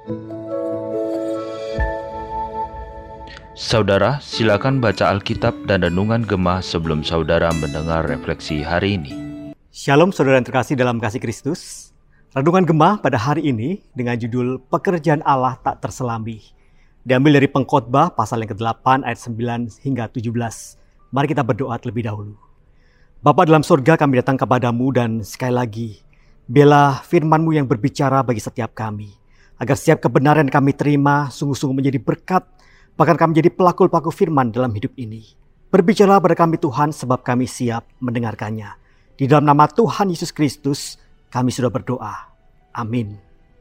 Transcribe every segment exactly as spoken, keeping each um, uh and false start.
Saudara, silakan baca Alkitab dan Renungan Gemah sebelum saudara mendengar refleksi hari ini. Shalom saudara yang terkasih dalam kasih Kristus. Renungan Gemah pada hari ini dengan judul Pekerjaan Allah Tak Terselami. Diambil dari Pengkhotbah pasal yang kedelapan ayat sembilan hingga tujuh belas. Mari kita berdoa terlebih dahulu. Bapa dalam surga, kami datang kepadamu dan sekali lagi biarlah firman-Mu yang berbicara bagi setiap kami. Agar setiap kebenaran yang kami terima sungguh-sungguh menjadi berkat, bahkan kami menjadi pelaku-pelaku firman dalam hidup ini. Berbicara pada kami Tuhan, sebab kami siap mendengarkannya. Di dalam nama Tuhan Yesus Kristus kami sudah berdoa. Amin.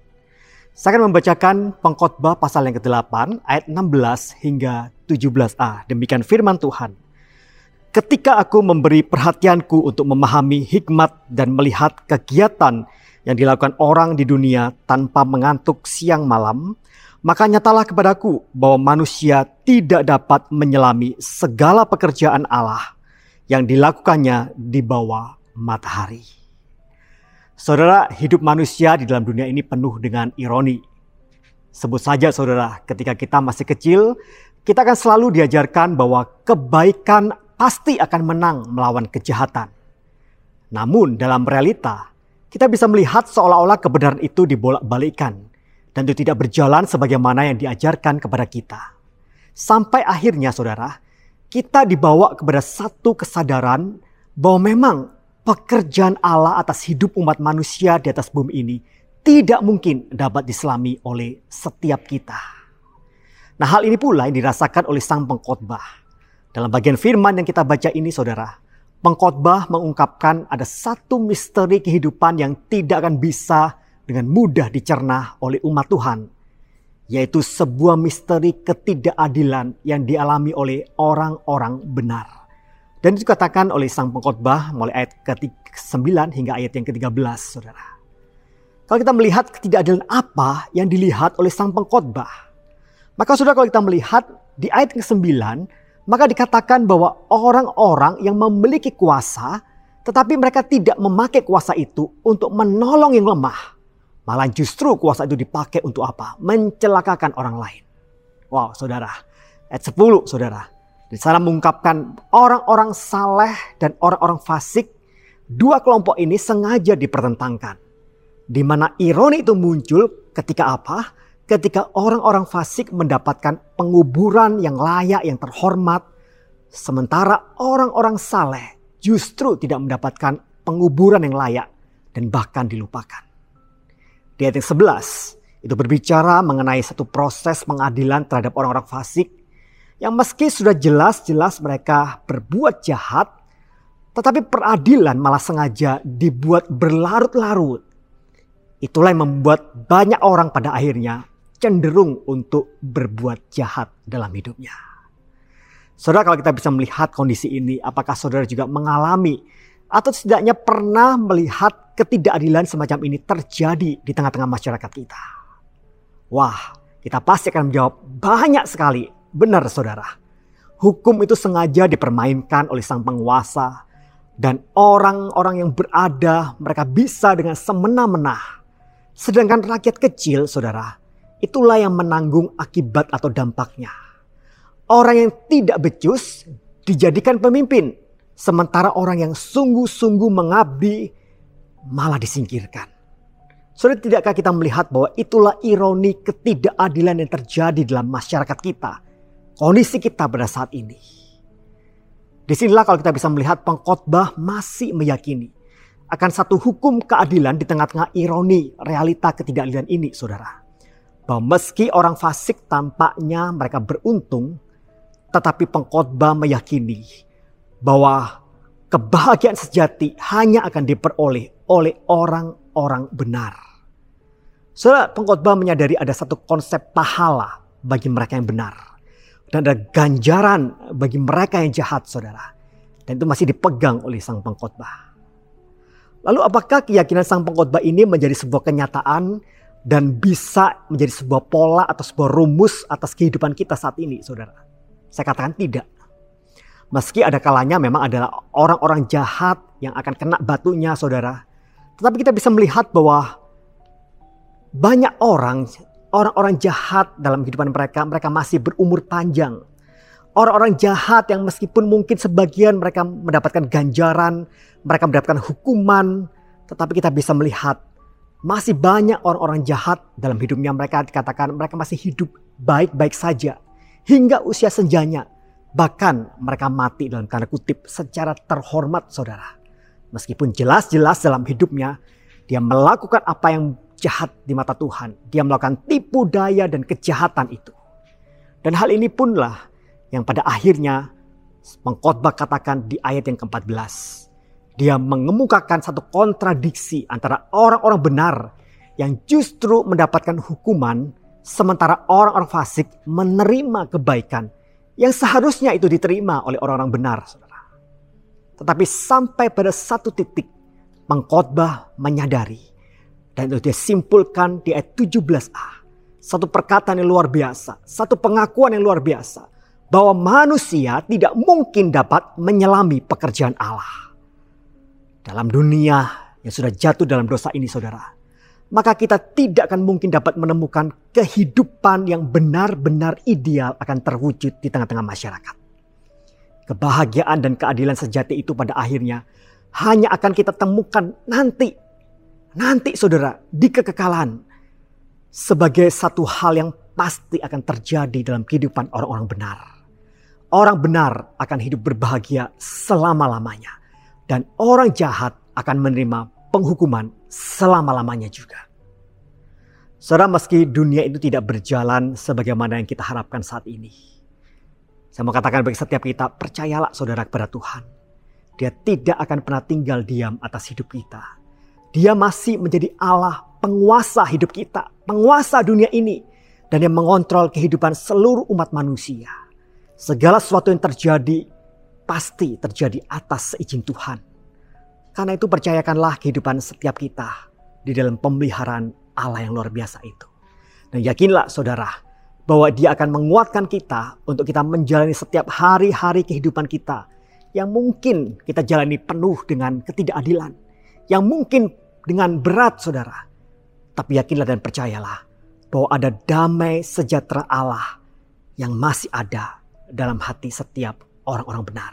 Saya akan membacakan Pengkhotbah pasal yang kedelapan ayat enam belas hingga tujuh belas a. Demikian firman Tuhan. Ketika aku memberi perhatianku untuk memahami hikmat dan melihat kegiatan yang dilakukan orang di dunia tanpa mengantuk siang malam, maka nyatalah kepadaku bahwa manusia tidak dapat menyelami segala pekerjaan Allah yang dilakukannya di bawah matahari. Saudara, hidup manusia di dalam dunia ini penuh dengan ironi. Sebut saja saudara, ketika kita masih kecil, kita akan selalu diajarkan bahwa kebaikan pasti akan menang melawan kejahatan. Namun dalam realita, kita bisa melihat seolah-olah kebenaran itu dibolak-balikkan dan itu tidak berjalan sebagaimana yang diajarkan kepada kita. Sampai akhirnya saudara, kita dibawa kepada satu kesadaran bahwa memang pekerjaan Allah atas hidup umat manusia di atas bumi ini tidak mungkin dapat diselami oleh setiap kita. Nah, hal ini pula yang dirasakan oleh sang pengkhotbah. Dalam bagian firman yang kita baca ini saudara, pengkhotbah mengungkapkan ada satu misteri kehidupan yang tidak akan bisa dengan mudah dicerna oleh umat Tuhan, yaitu sebuah misteri ketidakadilan yang dialami oleh orang-orang benar. Dan itu dikatakan oleh sang pengkhotbah mulai ayat ke sembilan hingga ayat yang ke tiga belas saudara. Kalau kita melihat ketidakadilan apa yang dilihat oleh sang pengkhotbah, maka saudara, kalau kita melihat di ayat ke sembilan, maka dikatakan bahwa orang-orang yang memiliki kuasa, tetapi mereka tidak memakai kuasa itu untuk menolong yang lemah. Malah justru kuasa itu dipakai untuk apa? Mencelakakan orang lain. Wow saudara, ayat sepuluh saudara. Di sana mengungkapkan orang-orang saleh dan orang-orang fasik. Dua kelompok ini sengaja dipertentangkan. Di mana ironi itu muncul ketika apa? Ketika orang-orang fasik mendapatkan penguburan yang layak, yang terhormat. Sementara orang-orang saleh justru tidak mendapatkan penguburan yang layak dan bahkan dilupakan. Di ayat sebelas itu berbicara mengenai satu proses pengadilan terhadap orang-orang fasik. Yang meski sudah jelas-jelas mereka berbuat jahat, tetapi peradilan malah sengaja dibuat berlarut-larut. Itulah yang membuat banyak orang pada akhirnya cenderung untuk berbuat jahat dalam hidupnya. Saudara, kalau kita bisa melihat kondisi ini, apakah saudara juga mengalami atau setidaknya pernah melihat ketidakadilan semacam ini terjadi di tengah-tengah masyarakat kita? Wah, kita pasti akan menjawab banyak sekali. Benar saudara, hukum itu sengaja dipermainkan oleh sang penguasa dan orang-orang yang berada mereka bisa dengan semena-mena. Sedangkan rakyat kecil saudara, itulah yang menanggung akibat atau dampaknya. Orang yang tidak becus dijadikan pemimpin. Sementara orang yang sungguh-sungguh mengabdi malah disingkirkan. Saudara, tidakkah kita melihat bahwa itulah ironi ketidakadilan yang terjadi dalam masyarakat kita. Kondisi kita pada saat ini. Disinilah kalau kita bisa melihat pengkhotbah masih meyakini akan satu hukum keadilan di tengah-tengah ironi realita ketidakadilan ini saudara. Bahwa meski orang fasik tampaknya mereka beruntung, tetapi pengkhotbah meyakini bahwa kebahagiaan sejati hanya akan diperoleh oleh orang-orang benar. Saudara, pengkhotbah menyadari ada satu konsep pahala bagi mereka yang benar. Dan ada ganjaran bagi mereka yang jahat saudara. Dan itu masih dipegang oleh sang pengkhotbah. Lalu apakah keyakinan sang pengkhotbah ini menjadi sebuah kenyataan dan bisa menjadi sebuah pola atau sebuah rumus atas kehidupan kita saat ini saudara? Saya katakan tidak. Meski ada kalanya memang adalah orang-orang jahat yang akan kena batunya saudara. Tetapi kita bisa melihat bahwa banyak orang orang-orang jahat dalam kehidupan mereka, mereka masih berumur panjang. Orang-orang jahat yang meskipun mungkin sebagian mereka mendapatkan ganjaran, mereka mendapatkan hukuman, tetapi kita bisa melihat masih banyak orang-orang jahat dalam hidupnya. Mereka dikatakan mereka masih hidup baik-baik saja hingga usia senjanya. Bahkan mereka mati dalam tanda kutip secara terhormat, saudara. Meskipun jelas-jelas dalam hidupnya dia melakukan apa yang jahat di mata Tuhan. Dia melakukan tipu daya dan kejahatan itu. Dan hal ini punlah yang pada akhirnya pengkhotbah katakan di ayat yang keempat belas. Dia mengemukakan satu kontradiksi antara orang-orang benar yang justru mendapatkan hukuman, sementara orang-orang fasik menerima kebaikan yang seharusnya itu diterima oleh orang-orang benar, saudara. Tetapi sampai pada satu titik pengkhotbah menyadari, dan itu dia simpulkan di ayat tujuh belas a. Satu perkataan yang luar biasa, satu pengakuan yang luar biasa, bahwa manusia tidak mungkin dapat menyelami pekerjaan Allah. Dalam dunia yang sudah jatuh dalam dosa ini, saudara, maka kita tidak akan mungkin dapat menemukan kehidupan yang benar-benar ideal akan terwujud di tengah-tengah masyarakat. Kebahagiaan dan keadilan sejati itu pada akhirnya hanya akan kita temukan nanti. Nanti, saudara, di kekekalan. Sebagai satu hal yang pasti akan terjadi dalam kehidupan orang-orang benar. Orang benar akan hidup berbahagia selama-lamanya. Dan orang jahat akan menerima penghukuman selama-lamanya juga. Saudara, meski dunia itu tidak berjalan sebagaimana yang kita harapkan saat ini, saya mau katakan bagi setiap kita, percayalah saudara kepada Tuhan. Dia tidak akan pernah tinggal diam atas hidup kita. Dia masih menjadi Allah, penguasa hidup kita, penguasa dunia ini, dan yang mengontrol kehidupan seluruh umat manusia. Segala sesuatu yang terjadi pasti terjadi atas seizin Tuhan. Karena itu percayakanlah kehidupan setiap kita di dalam pemeliharaan Allah yang luar biasa itu. Dan yakinlah saudara bahwa Dia akan menguatkan kita untuk kita menjalani setiap hari-hari kehidupan kita yang mungkin kita jalani penuh dengan ketidakadilan, yang mungkin dengan berat, saudara. Tapi yakinlah dan percayalah bahwa ada damai sejahtera Allah yang masih ada dalam hati setiap orang-orang benar.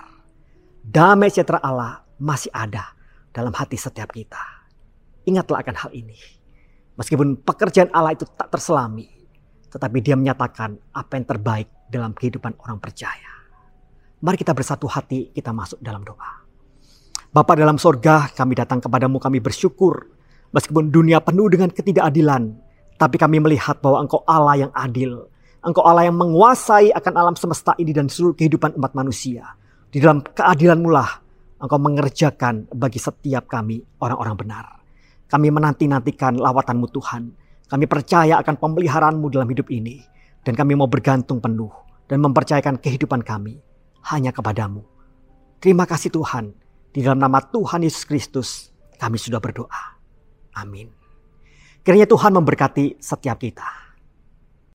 Damai sejahtera Allah masih ada dalam hati setiap kita. Ingatlah akan hal ini. Meskipun pekerjaan Allah itu tak terselami, tetapi Dia menyatakan apa yang terbaik dalam kehidupan orang percaya. Mari kita bersatu hati, kita masuk dalam doa. Bapa dalam sorga, kami datang kepadamu, kami bersyukur. Meskipun dunia penuh dengan ketidakadilan, tapi kami melihat bahwa Engkau Allah yang adil. Engkau Allah yang menguasai akan alam semesta ini dan seluruh kehidupan umat manusia. Di dalam keadilan-Mu lah Engkau mengerjakan bagi setiap kami orang-orang benar. Kami menanti-nantikan lawatan-Mu Tuhan. Kami percaya akan pemeliharaanmu dalam hidup ini. Dan kami mau bergantung penuh dan mempercayakan kehidupan kami hanya kepadamu. Terima kasih Tuhan. Di dalam nama Tuhan Yesus Kristus kami sudah berdoa. Amin. Kiranya Tuhan memberkati setiap kita.